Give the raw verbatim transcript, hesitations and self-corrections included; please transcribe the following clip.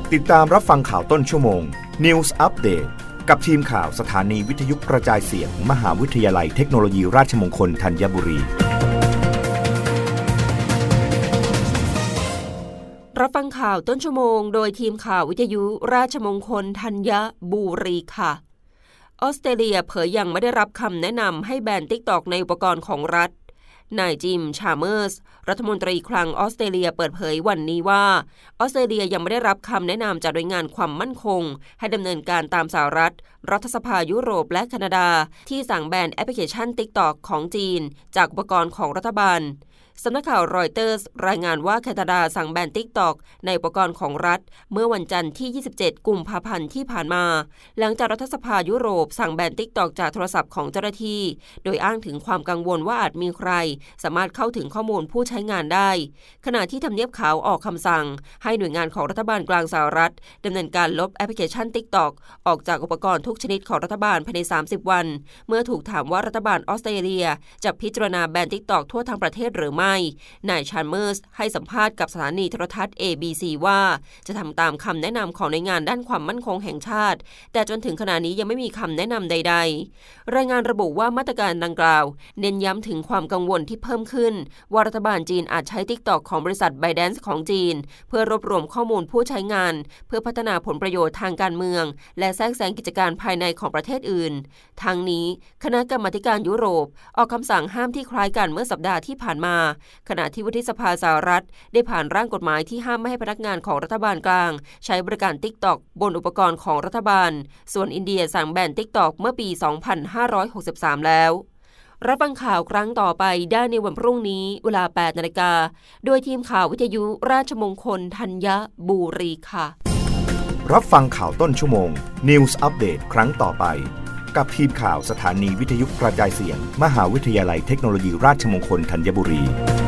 ติดตามรับฟังข่าวต้นชั่วโมง News Update กับทีมข่าวสถานีวิทยุกระจายเสียง มหาวิทยาลัยเทคโนโลยีราชมงคลธัญบุรีรับฟังข่าวต้นชั่วโมงโดยทีมข่าววิทยุราชมงคลธัญบุรีค่ะออสเตรเลียเผยยังไม่ได้รับคำแนะนำให้แบน TikTok ในอุปกรณ์ของรัฐนายจิม ชาเมอร์สรัฐมนตรีคลังออสเตรเลียเปิดเผยวันนี้ว่าออสเตรเลียยังไม่ได้รับคำแนะนำจากหน่วยงานความมั่นคงให้ดำเนินการตามสหรัฐรัฐสภายุโรปและแคนาดาที่สั่งแบนแอปพลิเคชัน TikTok ของจีนจากอุปกรณ์ของรัฐบาลสำนักข่าวรอยเตอร์สรายงานว่าแคนาดาสั่งแบน TikTok ในอุปกรณ์ของรัฐเมื่อวันจันทร์ที่ยี่สิบเจ็ดกุมภาพันธ์ที่ผ่านมาหลังจากรัฐสภายุโรปสั่งแบน TikTok จากโทรศัพท์ของเจ้าหน้าที่โดยอ้างถึงความกังวลว่าอาจมีใครสามารถเข้าถึงข้อมูลผู้ใช้งานได้ขณะที่ทำเนียบขาวออกคำสั่งให้หน่วยงานของรัฐบาลกลางสหรัฐดำเนินการลบแอปพลิเคชัน TikTok ออกจากอุปกรณ์ทุกชนิดของรัฐบาลภายในสามสิบวันเมื่อถูกถามว่ารัฐบาลออสเตรเลียจะพิจารณาแบน TikTok ทั่วทั้งประเทศหรือไม่นายชาเมอร์สให้สัมภาษณ์กับสถานีโทรทัศน์ เอ บี ซี ว่าจะทำตามคำแนะนำของหน่วยงานด้านความมั่นคงแห่งชาติแต่จนถึงขณะนี้ยังไม่มีคำแนะนำใดๆรายงานระบุว่ามาตรการดังกล่าวเน้นย้ำถึงความกังวลที่เพิ่มขึ้นว่ารัฐบาลจีนอาจใช้ TikTok ของบริษัท ByteDance ของจีนเพื่อรวบรวมข้อมูลผู้ใช้งานเพื่อพัฒนาผลประโยชน์ทางการเมืองและแทรกแซงกิจการภายในของประเทศอื่นทั้งนี้คณะกรรมาการยุโรปออกคำสั่งห้ามที่คล้ายกันเมื่อสัปดาห์ที่ผ่านมาขณะที่วุฒิสภาสหรัฐได้ผ่านร่างกฎหมายที่ห้ามไม่ให้พนักงานของรัฐบาลกลางใช้บริการ TikTok บนอุปกรณ์ของรัฐบาลส่วนอินเดียสั่งแบน TikTok เมื่อปี สองพันห้าร้อยหกสิบสาม แล้วรับฟังข่าวครั้งต่อไปได้ในวันพรุ่งนี้เวลา แปดนาฬิกาโดยทีมข่าววิทยุราชมงคลธัญบุรีค่ะรับฟังข่าวต้นชั่วโมง News Update ครั้งต่อไปกับทีมข่าวสถานีวิทยุกระจายเสียง มหาวิทยาลัยเทคโนโลยีราชมงคลธัญบุรี